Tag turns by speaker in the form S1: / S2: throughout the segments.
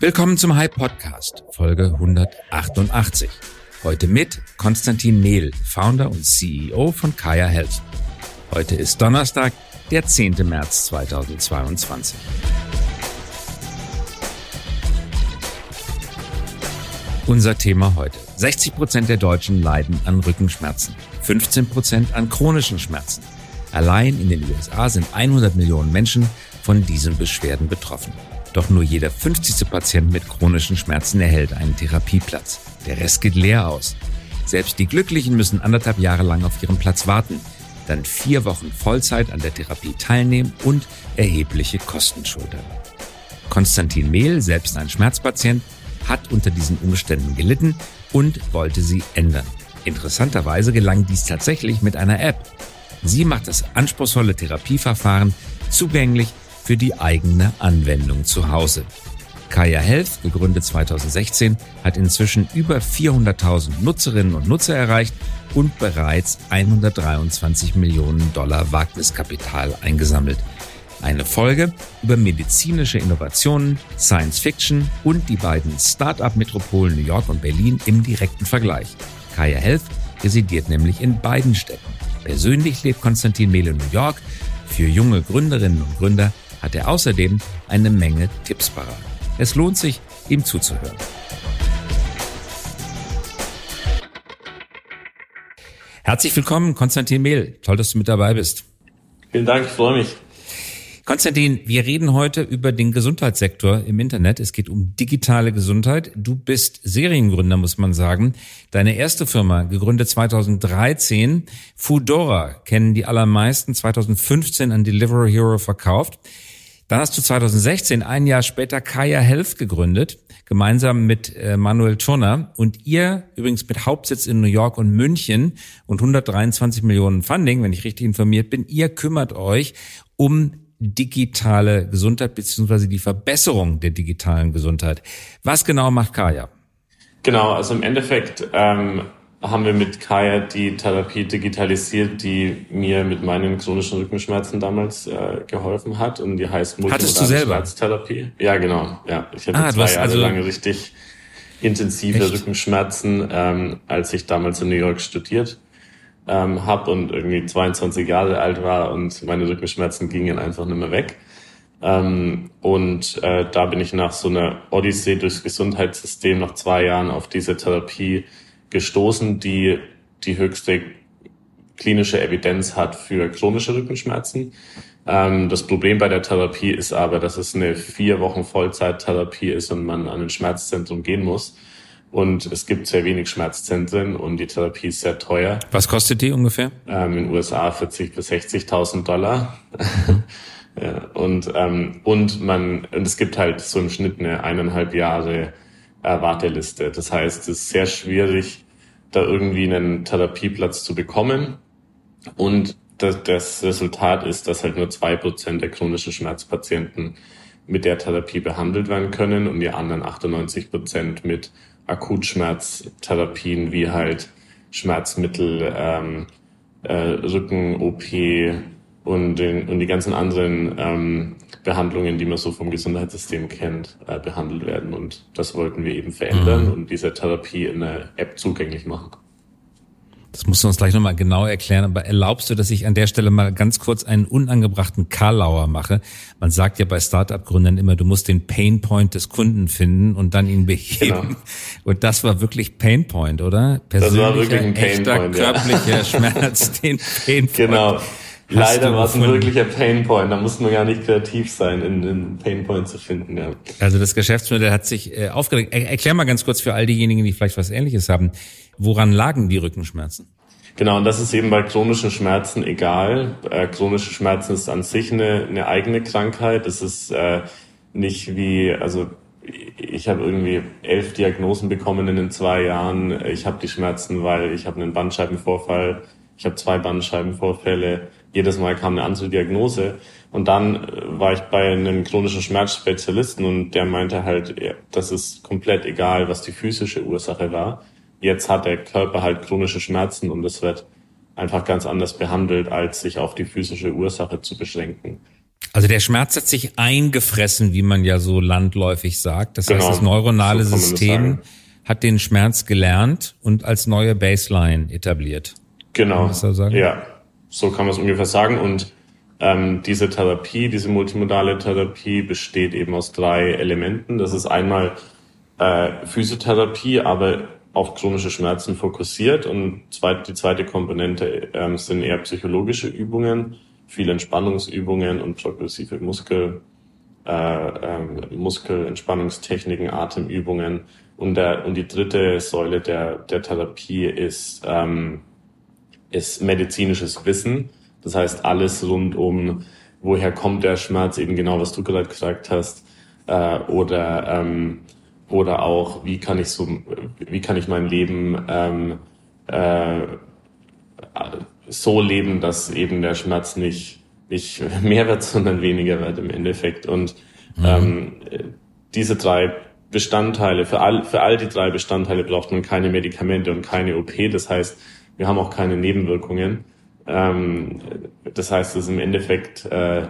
S1: Willkommen zum Hype Podcast, Folge 188. Heute mit Konstantin Mehl, Founder und CEO von Kaya Health. Heute ist Donnerstag, der 10. März 2022. Unser Thema heute. 60% der Deutschen leiden an Rückenschmerzen, 15% an chronischen Schmerzen. Allein in den USA sind 100 Millionen Menschen von diesen Beschwerden betroffen. Doch nur jeder 50. Patient mit chronischen Schmerzen erhält einen Therapieplatz. Der Rest geht leer aus. Selbst die Glücklichen müssen 1,5 Jahre lang auf ihren Platz warten, dann 4 Wochen Vollzeit an der Therapie teilnehmen und erhebliche Kosten schultern. Konstantin Mehl, selbst ein Schmerzpatient, hat unter diesen Umständen gelitten und wollte sie ändern. Interessanterweise gelang dies tatsächlich mit einer App. Sie macht das anspruchsvolle Therapieverfahren zugänglich für die eigene Anwendung zu Hause. Kaya Health, gegründet 2016, hat inzwischen über 400.000 Nutzerinnen und Nutzer erreicht und bereits $123 Millionen Wagniskapital eingesammelt. Eine Folge über medizinische Innovationen, Science Fiction und die beiden Start-up-Metropolen New York und Berlin im direkten Vergleich. Kaya Health residiert nämlich in beiden Städten. Persönlich lebt Konstantin Mehl in New York. Für junge Gründerinnen und Gründer hat er außerdem eine Menge Tipps parat. Es lohnt sich, ihm zuzuhören. Herzlich willkommen, Konstantin Mehl. Toll, dass du mit dabei bist.
S2: Vielen Dank, ich freue mich.
S1: Konstantin, wir reden heute über den Gesundheitssektor im Internet. Es geht um digitale Gesundheit. Du bist Seriengründer, muss man sagen. Deine erste Firma, gegründet 2013, Foodora, kennen die allermeisten, 2015 an Delivery Hero verkauft. Dann hast du 2016, ein Jahr später, Kaya Health gegründet, gemeinsam mit Manuel Turner. Und ihr, übrigens mit Hauptsitz in New York und München und 123 Millionen Funding, wenn ich richtig informiert bin, ihr kümmert euch um digitale Gesundheit beziehungsweise die Verbesserung der digitalen Gesundheit. Was genau macht Kaya?
S2: Genau, also im Endeffekt haben wir mit Kaya die Therapie digitalisiert, die mir mit meinen chronischen Rückenschmerzen damals geholfen hat, und die heißt multimodale Schmerztherapie. Ja, genau. Ja, ich hatte 2 Jahre lang richtig intensive Rückenschmerzen, als ich damals in New York studiert habe und irgendwie 22 Jahre alt war, und meine Rückenschmerzen gingen einfach nicht mehr weg. Da bin ich nach so einer Odyssee durchs Gesundheitssystem nach 2 Jahren auf diese Therapie gestoßen, die die höchste klinische Evidenz hat für chronische Rückenschmerzen. Das Problem bei der Therapie ist aber, dass es eine 4 Wochen Vollzeittherapie ist und man an ein Schmerzzentrum gehen muss. Und es gibt sehr wenig Schmerzzentren und die Therapie ist sehr teuer.
S1: Was kostet die ungefähr?
S2: In den USA $40.000 bis $60.000. Ja, und es gibt halt so im Schnitt eine 1,5 Jahre Warteliste. Das heißt, es ist sehr schwierig, da irgendwie einen Therapieplatz zu bekommen. Und das Resultat ist, dass halt nur 2% der chronischen Schmerzpatienten mit der Therapie behandelt werden können und die anderen 98% mit Akutschmerztherapien wie halt Schmerzmittel, Rücken-OP und die ganzen anderen Behandlungen, die man so vom Gesundheitssystem kennt, behandelt werden. Und das wollten wir eben verändern und diese Therapie in einer App zugänglich machen.
S1: Das musst du uns gleich nochmal genau erklären, aber erlaubst du, dass ich an der Stelle mal ganz kurz einen unangebrachten Karlauer mache? Man sagt ja bei Start-up-Gründern immer, du musst den Painpoint des Kunden finden und dann ihn beheben. Genau. Und das war wirklich Painpoint, oder?
S2: Das war wirklich ein
S1: Painpoint, körperlicher Schmerz, den Painpoint.
S2: Genau. Leider war es ein wirklicher Painpoint. Da musste man gar nicht kreativ sein, einen Painpoint zu finden. Ja.
S1: Also das Geschäftsmodell hat sich aufgeregt. Erklär mal ganz kurz für all diejenigen, die vielleicht was Ähnliches haben. Woran lagen die Rückenschmerzen?
S2: Genau, und das ist eben bei chronischen Schmerzen egal. Chronische Schmerzen ist an sich eine eigene Krankheit. Es ist nicht wie, also ich habe irgendwie 11 Diagnosen bekommen in den 2 Jahren. Ich habe die Schmerzen, weil ich habe einen Bandscheibenvorfall. Ich habe 2 Bandscheibenvorfälle. Jedes Mal kam eine andere Diagnose. Und dann war ich bei einem chronischen Schmerzspezialisten und der meinte halt, das ist komplett egal, was die physische Ursache war. Jetzt hat der Körper halt chronische Schmerzen und es wird einfach ganz anders behandelt, als sich auf die physische Ursache zu beschränken.
S1: Also der Schmerz hat sich eingefressen, wie man ja so landläufig sagt. Das heißt, das neuronale System hat den Schmerz gelernt und als neue Baseline etabliert.
S2: Genau.
S1: Kann man das so sagen?
S2: Ja, so kann man es ungefähr sagen. Und diese Therapie, diese multimodale Therapie besteht eben aus 3 Elementen. Das ist einmal Physiotherapie, aber auf chronische Schmerzen fokussiert. Und die zweite Komponente sind eher psychologische Übungen, viele Entspannungsübungen und progressive Muskelentspannungstechniken, Atemübungen. Und die dritte Säule der Therapie ist medizinisches Wissen. Das heißt, alles rund um, woher kommt der Schmerz, eben genau, was du gerade gesagt hast, oder auch, wie kann ich mein Leben so leben, dass eben der Schmerz nicht mehr wird, sondern weniger wird im Endeffekt. Und diese 3 Bestandteile, für all die 3 Bestandteile braucht man keine Medikamente und keine OP. Das heißt, wir haben auch keine Nebenwirkungen. Das heißt, es ist im Endeffekt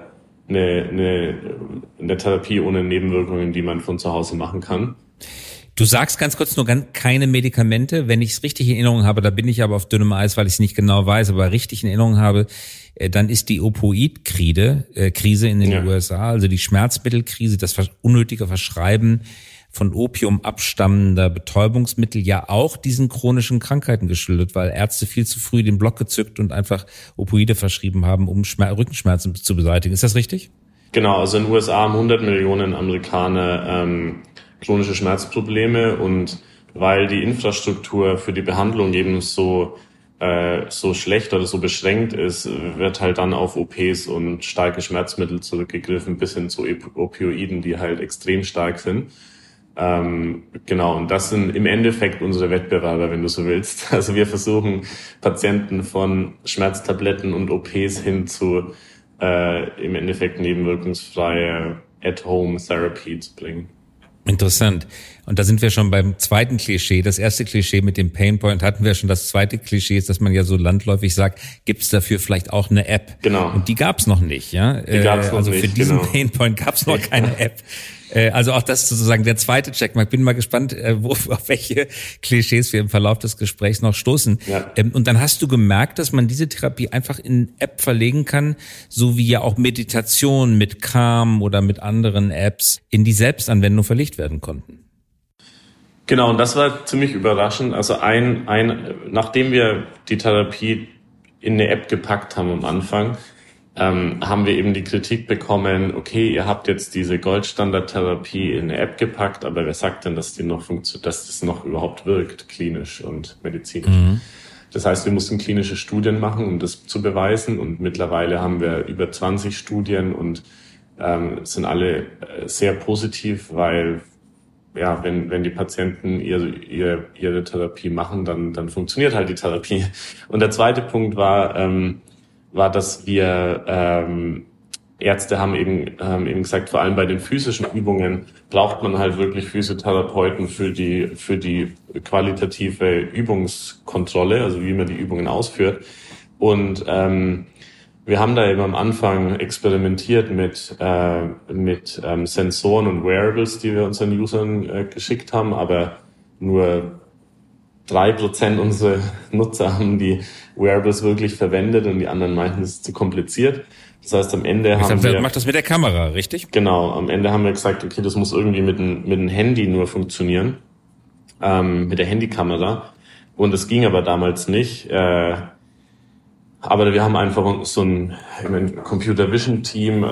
S2: eine Therapie ohne Nebenwirkungen, die man von zu Hause machen kann.
S1: Du sagst ganz kurz nur keine Medikamente. Wenn ich es richtig in Erinnerung habe, da bin ich aber auf dünnem Eis, weil ich es nicht genau weiß, aber richtig in Erinnerung habe, dann ist die Opioid-Krise in den USA, also die Schmerzmittelkrise, das unnötige Verschreiben von Opium abstammender Betäubungsmittel ja auch diesen chronischen Krankheiten geschuldet, weil Ärzte viel zu früh den Block gezückt und einfach Opioide verschrieben haben, um Rückenschmerzen zu beseitigen. Ist das richtig?
S2: Genau, also in den USA haben 100 Millionen Amerikaner chronische Schmerzprobleme, und weil die Infrastruktur für die Behandlung eben so schlecht oder so beschränkt ist, wird halt dann auf OPs und starke Schmerzmittel zurückgegriffen, bis hin zu Opioiden, die halt extrem stark sind. Genau, und das sind im Endeffekt unsere Wettbewerber, wenn du so willst. Also wir versuchen, Patienten von Schmerztabletten und OPs hin zu im Endeffekt nebenwirkungsfreie At-Home-Therapy zu bringen.
S1: Interessant. Und da sind wir schon beim zweiten Klischee. Das erste Klischee mit dem Painpoint hatten wir schon. Das zweite Klischee ist, dass man ja so landläufig sagt, gibt es dafür vielleicht auch eine App?
S2: Genau.
S1: Und die gab es noch nicht, ja?
S2: Die gab's noch
S1: also
S2: nicht,
S1: für diesen
S2: genau.
S1: Painpoint gab es noch keine App. Also auch das sozusagen der zweite Checkmark. Bin mal gespannt, auf welche Klischees wir im Verlauf des Gesprächs noch stoßen.
S2: Ja.
S1: Und dann hast du gemerkt, dass man diese Therapie einfach in App verlegen kann, so wie ja auch Meditation mit Calm oder mit anderen Apps in die Selbstanwendung verlegt werden konnten.
S2: Genau, und das war ziemlich überraschend. Also nachdem wir die Therapie in eine App gepackt haben am Anfang, haben wir eben die Kritik bekommen, okay, ihr habt jetzt diese Goldstandard-Therapie in eine App gepackt, aber wer sagt denn, dass das noch überhaupt wirkt, klinisch und medizinisch? Mhm. Das heißt, wir mussten klinische Studien machen, um das zu beweisen, und mittlerweile haben wir über 20 Studien und sind alle sehr positiv, weil ja, wenn die Patienten ihre Therapie machen, dann funktioniert halt die Therapie. Und der zweite Punkt war, dass wir Ärzte haben eben gesagt, vor allem bei den physischen Übungen braucht man halt wirklich Physiotherapeuten für die qualitative Übungskontrolle, also wie man die Übungen ausführt. Und wir haben da eben am Anfang experimentiert mit Sensoren und Wearables, die wir unseren Usern geschickt haben, aber nur 3% unserer Nutzer haben die Wearables wirklich verwendet und die anderen meinten, es ist zu kompliziert. Das heißt, am Ende
S1: macht das mit der Kamera, richtig?
S2: Genau, am Ende haben wir gesagt, okay, das muss irgendwie mit dem Handy nur funktionieren, mit der Handykamera. Und es ging aber damals nicht. Aber wir haben einfach so ein Computer Vision Team,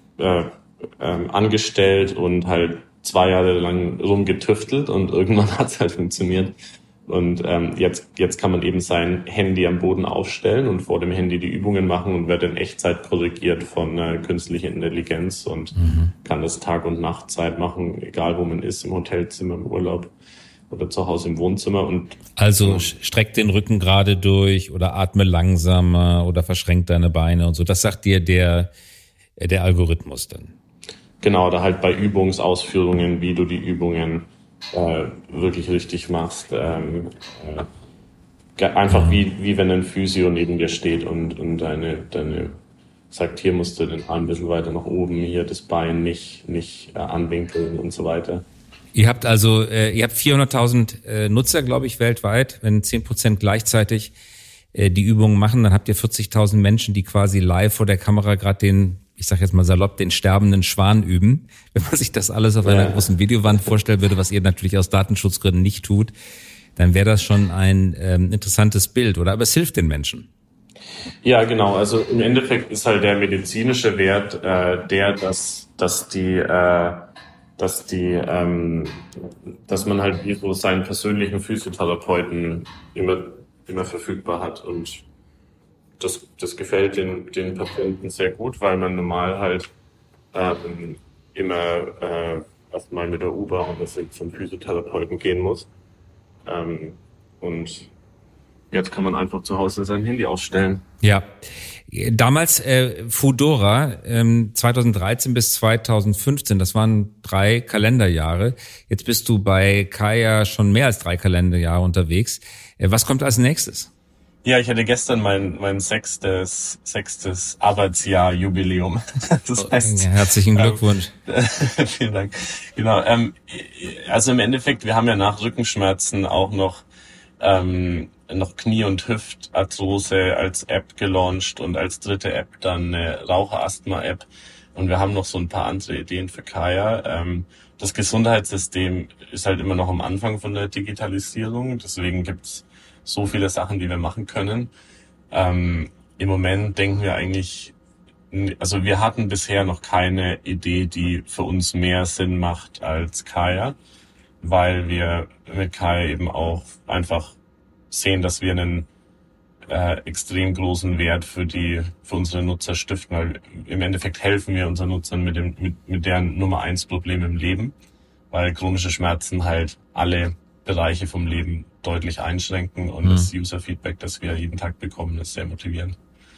S2: angestellt und halt 2 Jahre lang rumgetüftelt, und irgendwann hat es halt funktioniert. Und jetzt kann man eben sein Handy am Boden aufstellen und vor dem Handy die Übungen machen und wird in Echtzeit korrigiert von künstlicher Intelligenz und kann das Tag- und Nachtzeit machen, egal wo man ist, im Hotelzimmer, im Urlaub oder zu Hause im Wohnzimmer. Und
S1: also streck den Rücken gerade durch oder atme langsamer oder verschränk deine Beine und so. Das sagt dir der Algorithmus dann.
S2: Genau, oder halt bei Übungsausführungen, wie du die Übungen wirklich richtig machst. Einfach wie wenn ein Physio neben dir steht und deine sagt, hier musst du den Arm ein bisschen weiter nach oben, hier das Bein nicht anwinkeln und so weiter.
S1: Ihr habt 400.000 Nutzer, glaube ich, weltweit. Wenn 10% gleichzeitig die Übungen machen, dann habt ihr 40.000 Menschen, die quasi live vor der Kamera gerade den, ich sag jetzt mal salopp, den sterbenden Schwan üben. Wenn man sich das alles auf einer großen Videowand vorstellen würde, was ihr natürlich aus Datenschutzgründen nicht tut, dann wäre das schon ein interessantes Bild, oder? Aber es hilft den Menschen.
S2: Ja, genau. Also im Endeffekt ist halt der medizinische Wert dass man halt wie so seinen persönlichen Physiotherapeuten immer verfügbar hat, und das gefällt den Patienten sehr gut, weil man normal halt immer erstmal mit der U-Bahn oder zum Physiotherapeuten gehen muss, und jetzt kann man einfach zu Hause sein Handy ausstellen.
S1: Ja. Damals Foodora 2013 bis 2015, das waren 3 Kalenderjahre. Jetzt bist du bei Kaya schon mehr als 3 Kalenderjahre unterwegs. Was kommt als nächstes?
S2: Ja, ich hatte gestern mein sechstes Arbeitsjahr-Jubiläum. Das heißt,
S1: herzlichen Glückwunsch.
S2: Vielen Dank. Genau. Also im Endeffekt, wir haben ja nach Rückenschmerzen auch noch Knie- und Hüftarthrose als App gelauncht und als dritte App dann eine Raucherasthma-App. Und wir haben noch so ein paar andere Ideen für Kaya. Das Gesundheitssystem ist halt immer noch am Anfang von der Digitalisierung. Deswegen gibt's so viele Sachen, die wir machen können. Im Moment denken wir eigentlich, also wir hatten bisher noch keine Idee, die für uns mehr Sinn macht als Kaya, weil wir mit Kaya eben auch einfach sehen, dass wir einen extrem großen Wert für unsere Nutzer stiften, weil im Endeffekt helfen wir unseren Nutzern mit deren Nummer 1 Problem im Leben, weil chronische Schmerzen halt alle Bereiche vom Leben deutlich einschränken, und das User-Feedback, das wir jeden Tag bekommen, ist sehr motivierend.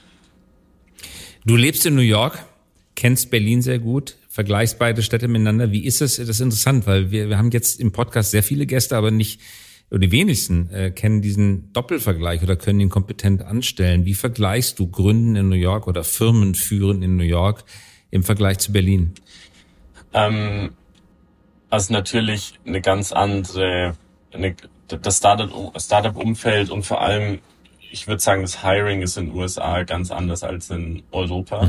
S1: Du lebst in New York, kennst Berlin sehr gut, vergleichst beide Städte miteinander. Wie ist es? Das ist interessant, weil wir haben jetzt im Podcast sehr viele Gäste, aber nicht, oder die wenigsten kennen diesen Doppelvergleich oder können ihn kompetent anstellen. Wie vergleichst du Gründen in New York oder Firmen führen in New York im Vergleich zu Berlin?
S2: Also natürlich eine ganz andere, das Startup-Umfeld und vor allem, ich würde sagen, das Hiring ist in den USA ganz anders als in Europa.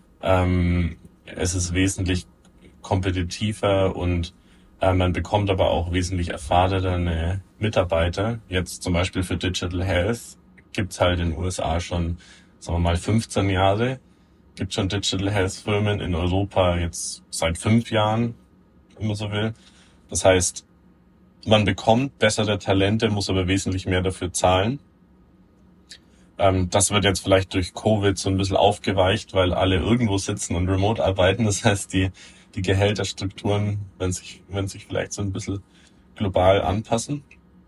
S2: Es ist wesentlich kompetitiver und man bekommt aber auch wesentlich erfahrene Mitarbeiter. Jetzt zum Beispiel für Digital Health gibt's halt in den USA schon, sagen wir mal, 15 Jahre. Gibt schon Digital Health Firmen in Europa jetzt seit 5 Jahren, wenn man so will. Das heißt, man bekommt bessere Talente, muss aber wesentlich mehr dafür zahlen. Das wird jetzt vielleicht durch Covid so ein bisschen aufgeweicht, weil alle irgendwo sitzen und remote arbeiten. Das heißt, die Gehälterstrukturen werden sich vielleicht so ein bisschen global anpassen.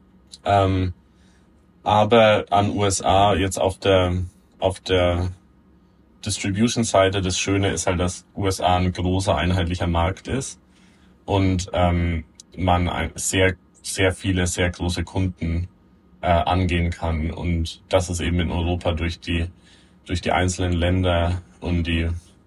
S2: Aber an USA jetzt auf der Distribution-Seite, das Schöne ist halt, dass USA ein großer, einheitlicher Markt ist und man sehr, sehr viele, sehr große Kunden angehen kann. Und das ist eben in Europa durch die einzelnen Länder und die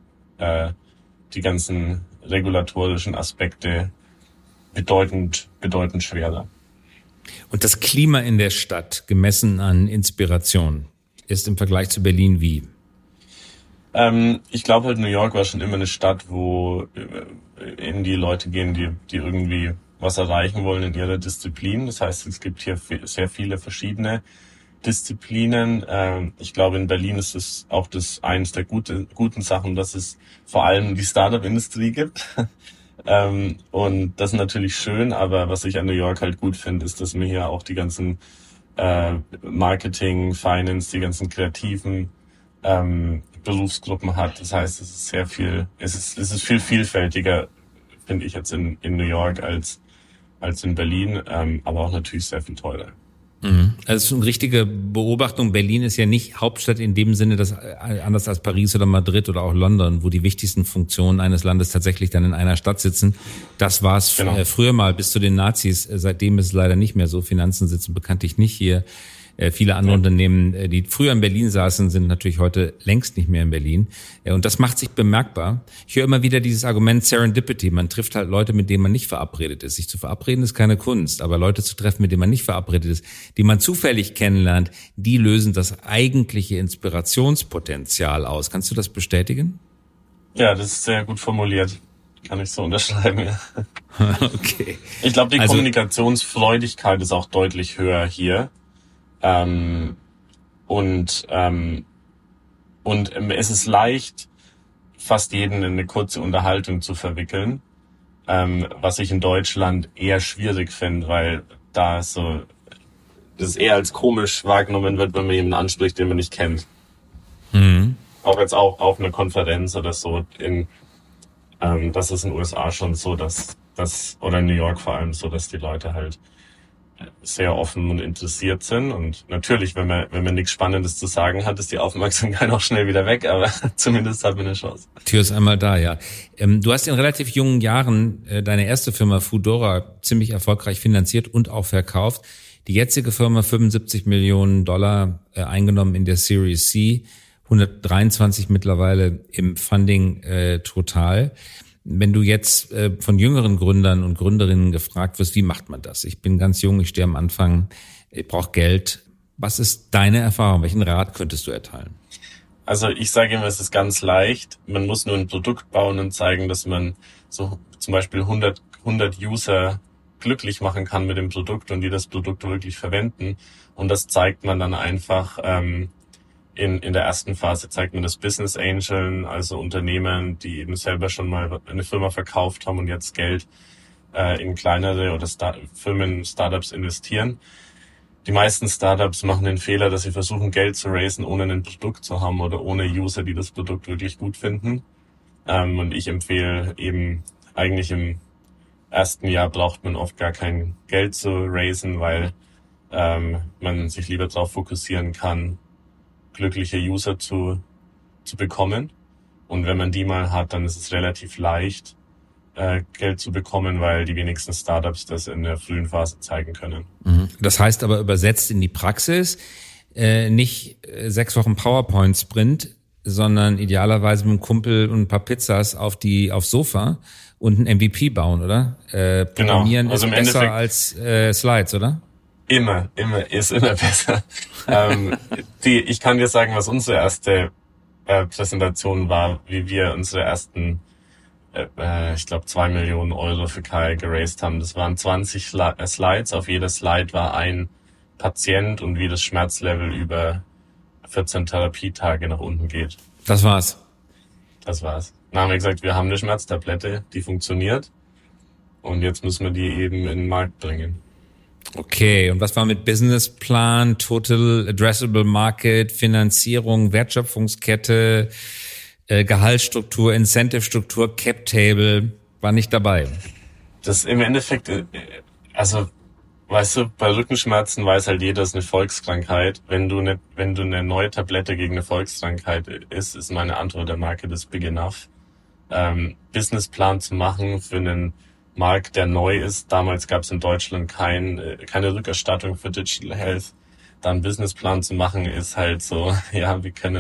S2: ganzen regulatorischen Aspekte bedeutend schwerer.
S1: Und das Klima in der Stadt, gemessen an Inspiration, ist im Vergleich zu Berlin wie?
S2: Ich glaube halt, New York war schon immer eine Stadt, wo in die Leute gehen, die irgendwie was erreichen wollen in ihrer Disziplin. Das heißt, es gibt hier sehr viele verschiedene Disziplinen. Ich glaube, in Berlin ist es auch eines der guten Sachen, dass es vor allem die Startup-Industrie gibt. Und das ist natürlich schön, aber was ich an New York halt gut finde, ist, dass man hier auch die ganzen Marketing, Finance, die ganzen kreativen Berufsgruppen hat. Das heißt, es ist viel vielfältiger, finde ich jetzt in New York als in Berlin, aber auch natürlich sehr viel teurer.
S1: Also das ist eine richtige Beobachtung. Berlin ist ja nicht Hauptstadt in dem Sinne, dass anders als Paris oder Madrid oder auch London, wo die wichtigsten Funktionen eines Landes tatsächlich dann in einer Stadt sitzen. Das war es früher mal bis zu den Nazis. Seitdem ist es leider nicht mehr so. Finanzen sitzen bekanntlich nicht hier. Viele andere Unternehmen, die früher in Berlin saßen, sind natürlich heute längst nicht mehr in Berlin. Und das macht sich bemerkbar. Ich höre immer wieder dieses Argument Serendipity. Man trifft halt Leute, mit denen man nicht verabredet ist. Sich zu verabreden ist keine Kunst, aber Leute zu treffen, mit denen man nicht verabredet ist, die man zufällig kennenlernt, die lösen das eigentliche Inspirationspotenzial aus. Kannst du das bestätigen?
S2: Ja, das ist sehr gut formuliert. Kann ich so unterschreiben, ja.
S1: Okay.
S2: Ich glaube, die Kommunikationsfreudigkeit ist auch deutlich höher hier. Und es ist leicht, fast jeden in eine kurze Unterhaltung zu verwickeln, was ich in Deutschland eher schwierig finde, weil da so das eher als komisch wahrgenommen wird, wenn man jemanden anspricht, den man nicht kennt.
S1: Mhm.
S2: Auch jetzt auch auf einer Konferenz oder so das ist in den USA schon so, dass oder in New York vor allem so, dass die Leute halt sehr offen und interessiert sind. Und natürlich, wenn man nichts Spannendes zu sagen hat, ist die Aufmerksamkeit auch schnell wieder weg, aber zumindest hat man eine Chance.
S1: Tür ist einmal da, ja. Du hast in relativ jungen Jahren deine erste Firma Foodora ziemlich erfolgreich finanziert und auch verkauft. Die jetzige Firma $75 Millionen eingenommen in der Series C, 123 mittlerweile im Funding total. Wenn du jetzt von jüngeren Gründern und Gründerinnen gefragt wirst, wie macht man das? Ich bin ganz jung, ich stehe am Anfang, ich brauche Geld. Was ist deine Erfahrung? Welchen Rat könntest du erteilen?
S2: Also ich sage immer, es ist ganz leicht. Man muss nur ein Produkt bauen und zeigen, dass man so zum Beispiel 100 User glücklich machen kann mit dem Produkt und die das Produkt wirklich verwenden. Und das zeigt man dann einfach in der ersten Phase zeigt man das Business Angeln, also Unternehmen, die eben selber schon mal eine Firma verkauft haben und jetzt Geld in kleinere oder Startups investieren. Die meisten Startups machen den Fehler, dass sie versuchen, Geld zu raisen, ohne ein Produkt zu haben oder ohne User, die das Produkt wirklich gut finden. Und ich empfehle eben, eigentlich im ersten Jahr braucht man oft gar kein Geld zu raisen, weil man sich lieber darauf fokussieren kann, glückliche User zu bekommen. Und wenn man die mal hat, dann ist es relativ leicht, Geld zu bekommen, weil die wenigsten Startups das in der frühen Phase zeigen können.
S1: Das heißt aber übersetzt in die Praxis, nicht 6 Wochen PowerPoint-Sprint, sondern idealerweise mit einem Kumpel und ein paar Pizzas aufs Sofa und ein MVP bauen, oder? Programmieren
S2: genau. Also
S1: ist besser als Slides, oder?
S2: Immer besser. Ich kann dir sagen, was unsere erste Präsentation war, wie wir unsere ersten, ich glaube 2 Millionen Euro für Kai geraced haben. Das waren 20 Slides. Auf jeder Slide war ein Patient und wie das Schmerzlevel über 14 Therapietage nach unten geht.
S1: Das war's.
S2: Dann haben wir gesagt, wir haben eine Schmerztablette, die funktioniert. Und jetzt müssen wir die eben in den Markt bringen.
S1: Okay, und was war mit Businessplan, Total Addressable Market, Finanzierung, Wertschöpfungskette, Gehaltsstruktur, Incentive-Struktur, Cap-Table, war nicht dabei?
S2: Das im Endeffekt, also weißt du, bei Rückenschmerzen weiß halt jeder, es ist eine Volkskrankheit. Wenn du eine neue Tablette gegen eine Volkskrankheit ist meine Antwort der Market ist big enough. Businessplan zu machen für einen Markt, der neu ist. Damals gab es in Deutschland keine Rückerstattung für Digital Health. Dann Businessplan zu machen ist halt so, ja,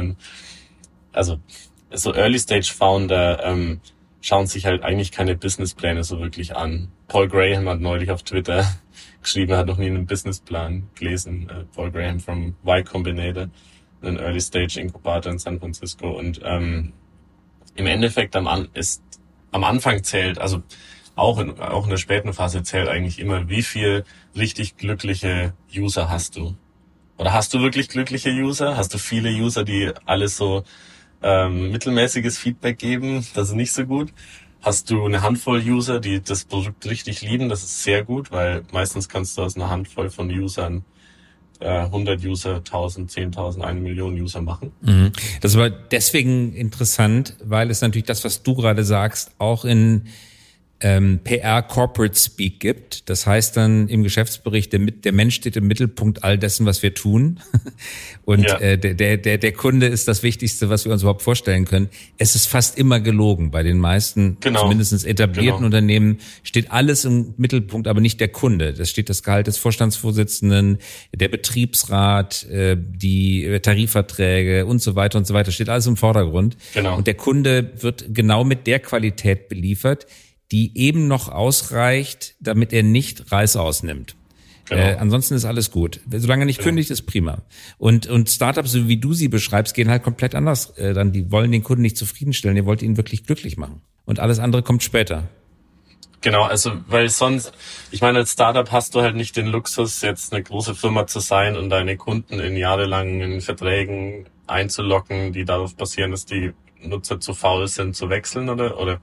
S2: also so Early-Stage-Founder schauen sich halt eigentlich keine Businesspläne so wirklich an. Paul Graham hat neulich auf Twitter geschrieben, er hat noch nie einen Businessplan gelesen. Paul Graham from Y Combinator, ein Early-Stage-Inkubator in San Francisco. Und im Endeffekt am Anfang zählt, also auch in der späten Phase zählt eigentlich immer, wie viel richtig glückliche User hast du. Oder hast du wirklich glückliche User? Hast du viele User, die alles so mittelmäßiges Feedback geben? Das ist nicht so gut. Hast du eine Handvoll User, die das Produkt richtig lieben? Das ist sehr gut, weil meistens kannst du aus einer Handvoll von Usern 100 User, 1000, 10.000, 1 Million User machen.
S1: Das war deswegen interessant, weil es natürlich das, was du gerade sagst, auch in PR Corporate Speak gibt. Das heißt dann im Geschäftsbericht, der Mensch steht im Mittelpunkt all dessen, was wir tun. Und der Kunde ist das Wichtigste, was wir uns überhaupt vorstellen können. Es ist fast immer gelogen. Bei den meisten, zumindest etablierten Unternehmen, steht alles im Mittelpunkt, aber nicht der Kunde. Das steht das Gehalt des Vorstandsvorsitzenden, der Betriebsrat, die Tarifverträge und so weiter und so weiter. Steht alles im Vordergrund.
S2: Genau.
S1: Und der Kunde wird genau mit der Qualität beliefert, die eben noch ausreicht, damit er nicht Reißaus nimmt. Genau. Ansonsten ist alles gut. Solange er nicht kündigt, ist prima. Und Startups, so wie du sie beschreibst, gehen halt komplett anders. Dann die wollen den Kunden nicht zufriedenstellen, ihr wollt ihn wirklich glücklich machen. Und alles andere kommt später.
S2: Genau, also weil sonst, ich meine, als Startup hast du halt nicht den Luxus, jetzt eine große Firma zu sein und deine Kunden in jahrelangen Verträgen einzulocken, die darauf basieren, dass die Nutzer zu faul sind zu wechseln oder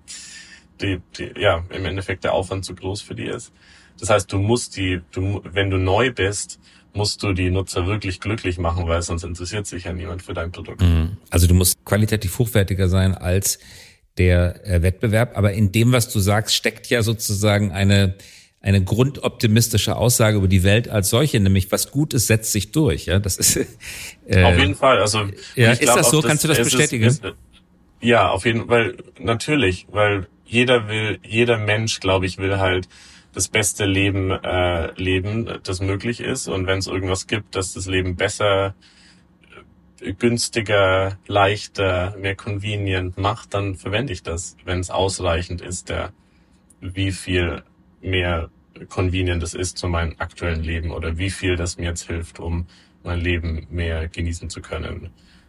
S2: im Endeffekt der Aufwand zu groß für die ist. Das heißt, wenn du neu bist, musst du die Nutzer wirklich glücklich machen, weil sonst interessiert sich ja niemand für dein Produkt.
S1: Also du musst qualitativ hochwertiger sein als der Wettbewerb, aber in dem, was du sagst, steckt ja sozusagen eine grundoptimistische Aussage über die Welt als solche, nämlich was gut ist, setzt sich durch. Ja, das ist
S2: auf jeden Fall. Also
S1: ist das so? Kannst du das bestätigen?
S2: Ja, auf jeden Fall, natürlich, weil jeder Mensch, glaube ich, will halt das beste Leben leben, das möglich ist. Und wenn es irgendwas gibt, das Leben besser, günstiger, leichter, mehr convenient macht, dann verwende ich das, wenn es ausreichend ist, wie viel mehr convenient es ist zu meinem aktuellen Leben oder wie viel das mir jetzt hilft, um mein Leben mehr genießen zu können.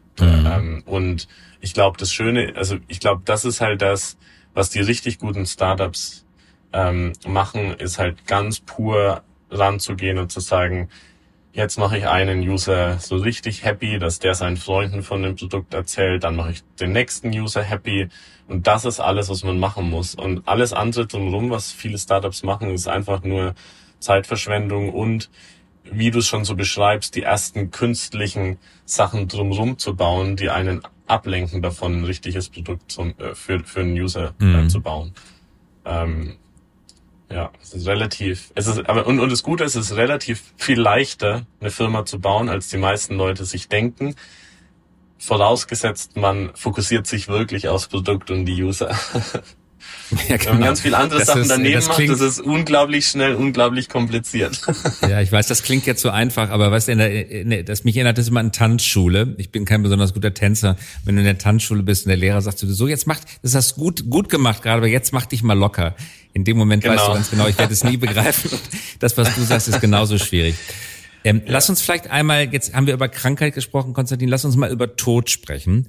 S2: Und ich glaube, das ist halt das, was die richtig guten Startups machen, ist halt ganz pur ranzugehen und zu sagen, jetzt mache ich einen User so richtig happy, dass der seinen Freunden von dem Produkt erzählt, dann mache ich den nächsten User happy und das ist alles, was man machen muss. Und alles andere drumherum, was viele Startups machen, ist einfach nur Zeitverschwendung und wie du es schon so beschreibst, die ersten künstlichen Sachen drumherum zu bauen, die einen ablenken davon, ein richtiges Produkt für einen User zu bauen. Es ist und das Gute ist, es ist relativ viel leichter, eine Firma zu bauen, als die meisten Leute sich denken. Vorausgesetzt, man fokussiert sich wirklich aufs Produkt und die User.
S1: Ja, genau.
S2: Wenn man ganz viele andere Sachen daneben macht, das ist unglaublich schnell, unglaublich kompliziert.
S1: Ja, ich weiß, das klingt jetzt so einfach, aber weißt du, mich erinnert das immer an Tanzschule. Ich bin kein besonders guter Tänzer. Wenn du in der Tanzschule bist und der Lehrer sagt so, jetzt das hast du gut gemacht gerade, aber jetzt mach dich mal locker. In dem Moment weißt du ganz genau, ich werde es nie begreifen. Und das, was du sagst, ist genauso schwierig. Lass uns vielleicht einmal, jetzt haben wir über Krankheit gesprochen, Konstantin, lass uns mal über Tod sprechen,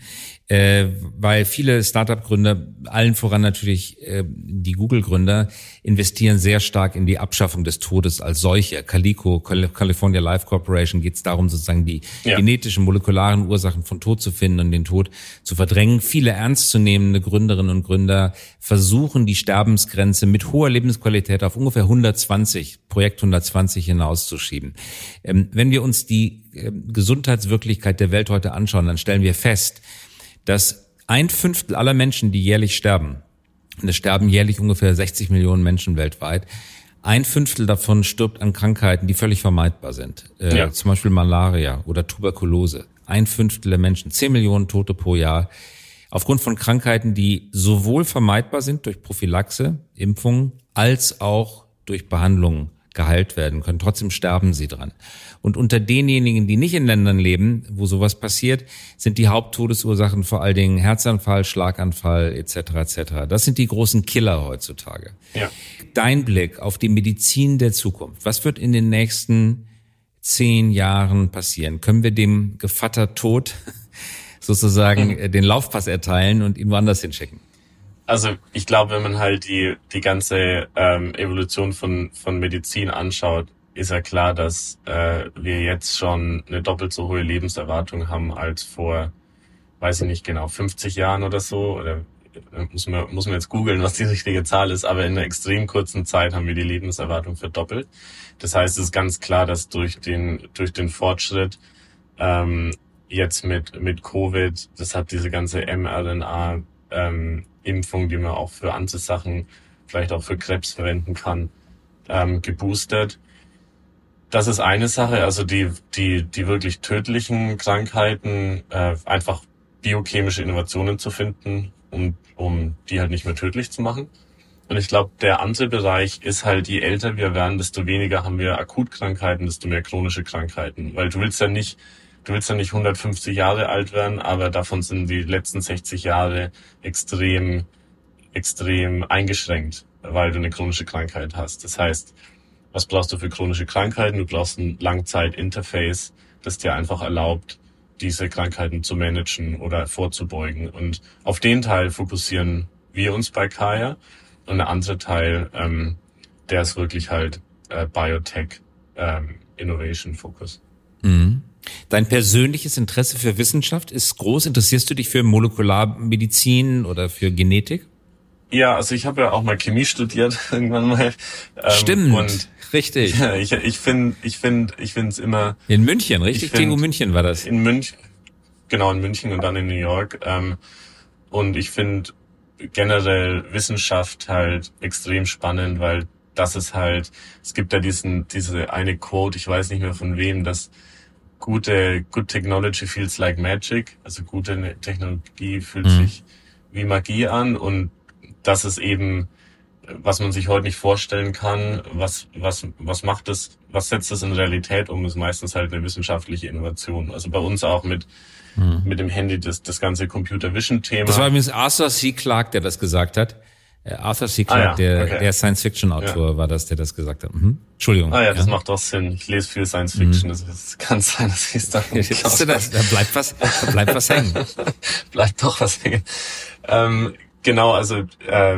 S1: weil viele Startup-Gründer, allen voran natürlich die Google-Gründer, investieren sehr stark in die Abschaffung des Todes als solche. Calico, California Life Corporation, geht es darum, sozusagen die genetischen, molekularen Ursachen von Tod zu finden und den Tod zu verdrängen. Viele ernstzunehmende Gründerinnen und Gründer versuchen, die Sterbensgrenze mit hoher Lebensqualität auf ungefähr 120, Projekt 120 hinauszuschieben. Wenn wir uns die Gesundheitswirklichkeit der Welt heute anschauen, dann stellen wir fest, dass 1/5 aller Menschen, die jährlich sterben, und es sterben jährlich ungefähr 60 Millionen Menschen weltweit, 1/5 davon stirbt an Krankheiten, die völlig vermeidbar sind. Zum Beispiel Malaria oder Tuberkulose. 1/5 der Menschen, 10 Millionen Tote pro Jahr, aufgrund von Krankheiten, die sowohl vermeidbar sind durch Prophylaxe, Impfungen, als auch durch Behandlungen geheilt werden können. Trotzdem sterben sie dran. Und unter denjenigen, die nicht in Ländern leben, wo sowas passiert, sind die Haupttodesursachen vor allen Dingen Herzanfall, Schlaganfall etc. etc. Das sind die großen Killer heutzutage. Ja. Dein Blick auf die Medizin der Zukunft. Was wird in den nächsten 10 Jahren passieren? Können wir dem Gevatter Tod sozusagen den Laufpass erteilen und ihn woanders hinschicken?
S2: Also ich glaube, wenn man halt die ganze Evolution von Medizin anschaut, ist ja klar, dass wir jetzt schon eine doppelt so hohe Lebenserwartung haben als vor, weiß ich nicht genau, 50 Jahren oder so. Oder muss man jetzt googeln, was die richtige Zahl ist, aber in einer extrem kurzen Zeit haben wir die Lebenserwartung verdoppelt. Das heißt, es ist ganz klar, dass durch den Fortschritt jetzt mit Covid, das hat diese ganze mRNA Impfung, die man auch für andere Sachen vielleicht auch für Krebs verwenden kann, geboostert. Das ist eine Sache, also die wirklich tödlichen Krankheiten, einfach biochemische Innovationen zu finden, um die halt nicht mehr tödlich zu machen. Und ich glaube, der andere Bereich ist halt, je älter wir werden, desto weniger haben wir Akutkrankheiten, desto mehr chronische Krankheiten. Weil du willst ja nicht 150 Jahre alt werden, aber davon sind die letzten 60 Jahre extrem eingeschränkt, weil du eine chronische Krankheit hast. Das heißt, was brauchst du für chronische Krankheiten? Du brauchst ein Langzeit-Interface, das dir einfach erlaubt, diese Krankheiten zu managen oder vorzubeugen. Und auf den Teil fokussieren wir uns bei Kaya. Und der andere Teil, der ist wirklich halt Biotech Innovation Focus.
S1: Mhm. Dein persönliches Interesse für Wissenschaft ist groß. Interessierst du dich für Molekularmedizin oder für Genetik?
S2: Ja, also ich habe ja auch mal Chemie studiert irgendwann mal.
S1: Stimmt, und richtig.
S2: Ja, ich finde es immer
S1: in München, richtig? TU München war das.
S2: In München, genau, in München und dann in New York. Und ich finde generell Wissenschaft halt extrem spannend, weil das ist halt, es gibt ja diese eine Quote, ich weiß nicht mehr von wem, dass good technology feels like magic, also gute Technologie fühlt sich wie Magie an, und das ist eben, was man sich heute nicht vorstellen kann, was macht das, was setzt das in Realität um, ist meistens halt eine wissenschaftliche Innovation. Also bei uns auch mit dem Handy das ganze Computer Vision Thema.
S1: Das war übrigens Arthur C. Clarke, der das gesagt hat. Arthur C. Clarke, der Science-Fiction-Autor war das, der das gesagt hat. Entschuldigung.
S2: Das macht doch Sinn. Ich lese viel Science-Fiction. Das kann sein, dass ich es da
S1: bleibt was hängen.
S2: Bleibt doch was hängen. Genau, also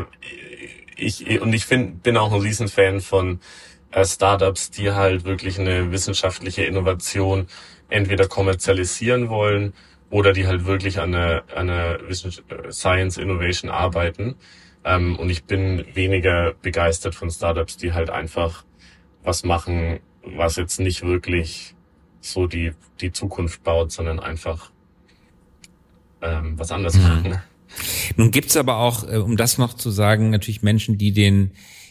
S2: ich bin auch ein Riesenfan von Startups, die halt wirklich eine wissenschaftliche Innovation entweder kommerzialisieren wollen oder die halt wirklich an einer Science Innovation arbeiten. Und ich bin weniger begeistert von Startups, die halt einfach was machen, was jetzt nicht wirklich so die Zukunft baut, sondern einfach was anderes machen.
S1: Nun gibt's aber auch, um das noch zu sagen, natürlich Menschen, die den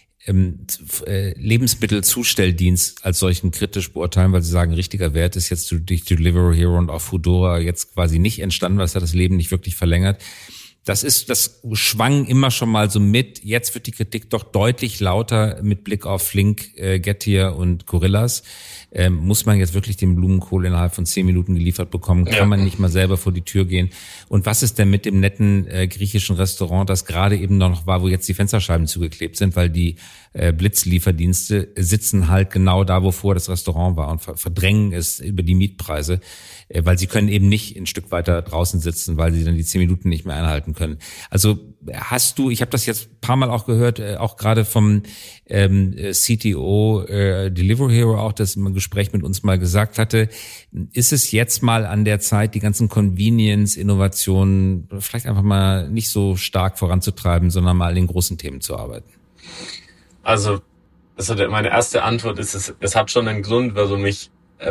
S1: Lebensmittelzustelldienst als solchen kritisch beurteilen, weil sie sagen, richtiger Wert ist jetzt durch Delivery Hero und auch Foodora jetzt quasi nicht entstanden, weil es hat das Leben nicht wirklich verlängert. Das schwang immer schon mal so mit. Jetzt wird die Kritik doch deutlich lauter mit Blick auf Flink, Getir und Gorillas. Muss man jetzt wirklich den Blumenkohl innerhalb von 10 Minuten geliefert bekommen? Kann man nicht mal selber vor die Tür gehen? Und was ist denn mit dem netten griechischen Restaurant, das gerade eben noch war, wo jetzt die Fensterscheiben zugeklebt sind, weil die Blitzlieferdienste sitzen halt genau da, wo vorher das Restaurant war und verdrängen es über die Mietpreise, weil sie können eben nicht ein Stück weiter draußen sitzen, weil sie dann die 10 Minuten nicht mehr einhalten können. Also ich habe das jetzt ein paar Mal auch gehört, auch gerade vom CTO Delivery Hero auch, das im Gespräch mit uns mal gesagt hatte, ist es jetzt mal an der Zeit, die ganzen Convenience-Innovationen vielleicht einfach mal nicht so stark voranzutreiben, sondern mal an den großen Themen zu arbeiten?
S2: Also meine erste Antwort ist, es hat schon einen Grund, warum ich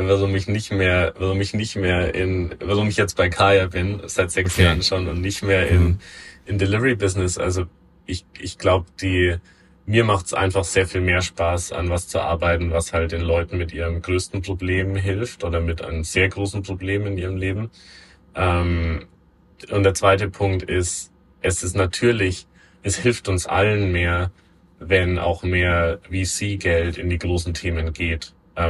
S2: jetzt bei Kaya bin, seit 6 Jahren schon, und nicht mehr in Delivery Business. Also ich glaube, mir macht's einfach sehr viel mehr Spaß, an was zu arbeiten, was halt den Leuten mit ihrem größten Problem hilft oder mit einem sehr großen Problem in ihrem Leben. Und der zweite Punkt ist, es hilft uns allen mehr, wenn auch mehr VC-Geld in die großen Themen geht.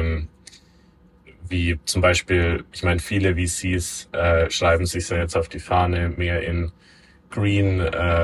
S2: Wie zum Beispiel, ich meine, viele VCs schreiben sich so jetzt auf die Fahne, mehr in Green,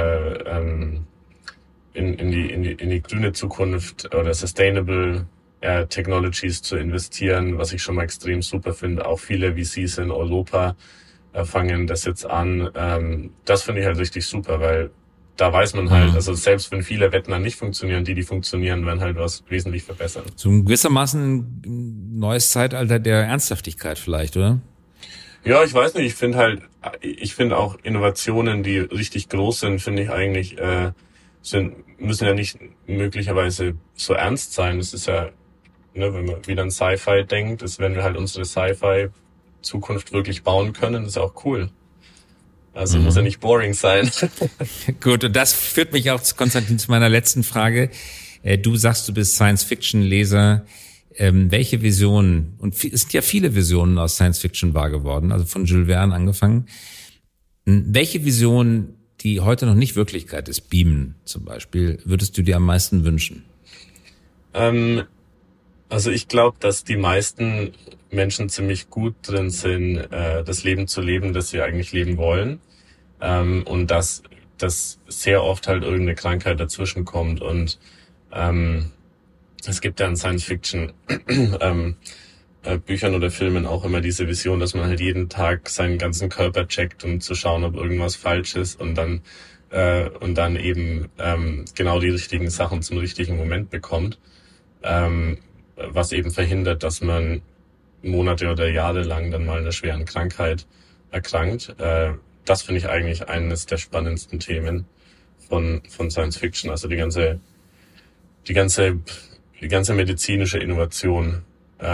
S2: in die grüne Zukunft oder Sustainable Technologies zu investieren, was ich schon mal extrem super finde. Auch viele VCs in Europa fangen das jetzt an. Das finde ich halt richtig super, weil da weiß man halt, also selbst wenn viele Wetten dann nicht funktionieren, die funktionieren, werden halt was wesentlich verbessern.
S1: So gewissermaßen ein neues Zeitalter der Ernsthaftigkeit vielleicht, oder?
S2: Ja, ich weiß nicht. Ich finde auch Innovationen, die richtig groß sind, finde ich eigentlich, müssen ja nicht möglicherweise so ernst sein. Es ist ja, wenn man wieder an Sci-Fi denkt, ist, wenn wir halt unsere Sci-Fi-Zukunft wirklich bauen können, ist auch cool. Also muss ja nicht boring sein.
S1: Gut, und das führt mich auch, Konstantin, zu meiner letzten Frage. Du sagst, du bist Science-Fiction-Leser. Welche Visionen, und es sind ja viele Visionen aus Science-Fiction wahr geworden, also von Jules Verne angefangen. Welche Vision, die heute noch nicht Wirklichkeit ist, Beamen zum Beispiel, würdest du dir am meisten wünschen?
S2: Also ich glaube, dass die meisten Menschen ziemlich gut drin sind, das Leben zu leben, das sie eigentlich leben wollen. Und dass sehr oft halt irgendeine Krankheit dazwischen kommt. Und es gibt ja in Science-Fiction Büchern oder Filmen auch immer diese Vision, dass man halt jeden Tag seinen ganzen Körper checkt, um zu schauen, ob irgendwas falsch ist und dann eben genau die richtigen Sachen zum richtigen Moment bekommt. Was eben verhindert, dass man Monate oder Jahre lang dann mal einer schweren Krankheit erkrankt. Das finde ich eigentlich eines der spannendsten Themen von Science Fiction. Also die ganze medizinische Innovation.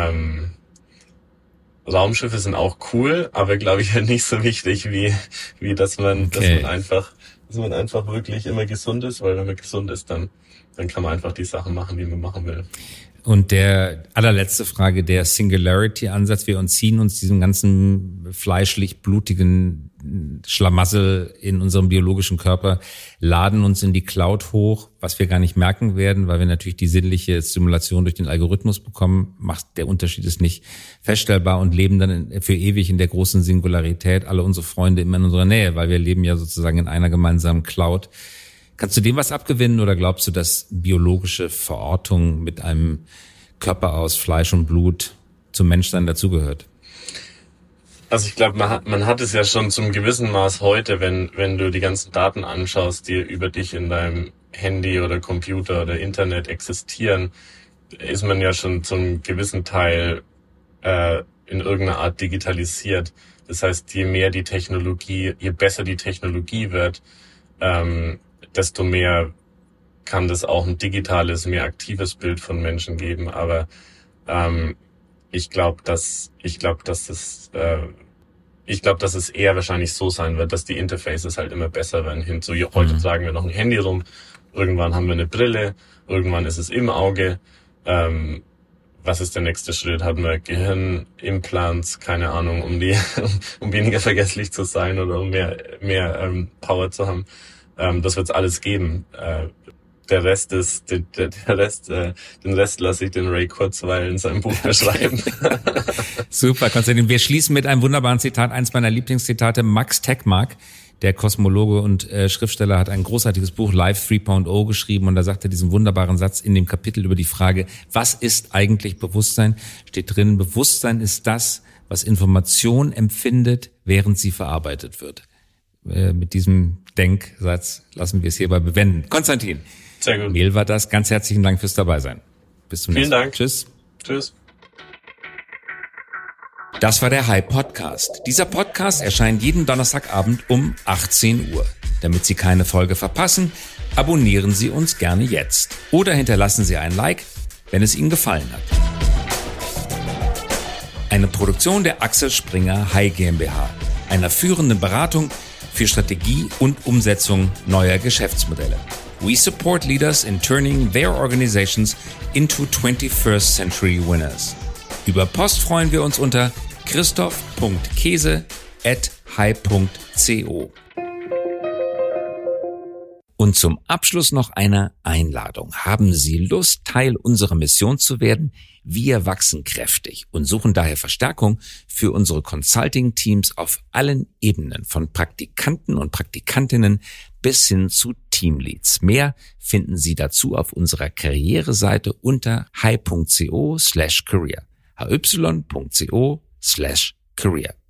S2: Raumschiffe sind auch cool, aber glaube ich halt nicht so wichtig wie dass man einfach wirklich immer gesund ist, weil wenn man gesund ist, dann kann man einfach die Sachen machen, die man machen will.
S1: Und der allerletzte Frage, der Singularity-Ansatz. Wir entziehen uns diesem ganzen fleischlich-blutigen Schlamassel in unserem biologischen Körper, laden uns in die Cloud hoch, was wir gar nicht merken werden, weil wir natürlich die sinnliche Stimulation durch den Algorithmus bekommen. Der Unterschied ist nicht feststellbar und leben dann für ewig in der großen Singularität. Alle unsere Freunde immer in unserer Nähe, weil wir leben ja sozusagen in einer gemeinsamen Cloud. Kannst du dem was abgewinnen oder glaubst du, dass biologische Verortung mit einem Körper aus Fleisch und Blut zum Menschsein dazugehört?
S2: Also ich glaube, man hat es ja schon zum gewissen Maß heute, wenn du die ganzen Daten anschaust, die über dich in deinem Handy oder Computer oder Internet existieren, ist man ja schon zum gewissen Teil in irgendeiner Art digitalisiert. Das heißt, je besser die Technologie wird, desto mehr kann das auch ein digitales, mehr aktives Bild von Menschen geben. Aber ich glaube, dass es eher wahrscheinlich so sein wird, dass die Interfaces halt immer besser werden heute tragen wir noch ein Handy rum, irgendwann haben wir eine Brille, irgendwann ist es im Auge. Was ist der nächste Schritt? Haben wir Gehirnimplants, keine Ahnung, um weniger vergesslich zu sein oder um mehr Power zu haben. Das wird's alles geben. Den Rest lasse ich den Ray Kurzweil in seinem Buch beschreiben.
S1: Super, Konstantin. Wir schließen mit einem wunderbaren Zitat, eins meiner Lieblingszitate. Max Tegmark, der Kosmologe und Schriftsteller, hat ein großartiges Buch Life 3.0 geschrieben und da sagt er diesen wunderbaren Satz in dem Kapitel über die Frage, was ist eigentlich Bewusstsein? Steht drin, Bewusstsein ist das, was Information empfindet, während sie verarbeitet wird. Mit diesem Denksatz lassen wir es hierbei bewenden. Konstantin.
S2: Sehr gut.
S1: Mehl war das. Ganz herzlichen Dank fürs Dabeisein. Bis zum nächsten Mal.
S2: Vielen Dank.
S1: Tschüss.
S2: Tschüss.
S1: Das war der Hype Podcast. Dieser Podcast erscheint jeden Donnerstagabend um 18 Uhr. Damit Sie keine Folge verpassen, abonnieren Sie uns gerne jetzt. Oder hinterlassen Sie ein Like, wenn es Ihnen gefallen hat. Eine Produktion der Axel Springer High GmbH, einer führenden Beratung für Strategie und Umsetzung neuer Geschäftsmodelle. We support leaders in turning their organizations into 21st century winners. Über Post freuen wir uns unter christoph.käse@hi.co. Und zum Abschluss noch eine Einladung. Haben Sie Lust, Teil unserer Mission zu werden? Wir wachsen kräftig und suchen daher Verstärkung für unsere Consulting-Teams auf allen Ebenen, von Praktikanten und Praktikantinnen bis hin zu Teamleads. Mehr finden Sie dazu auf unserer Karriereseite unter hi.co/career. hy.co/career.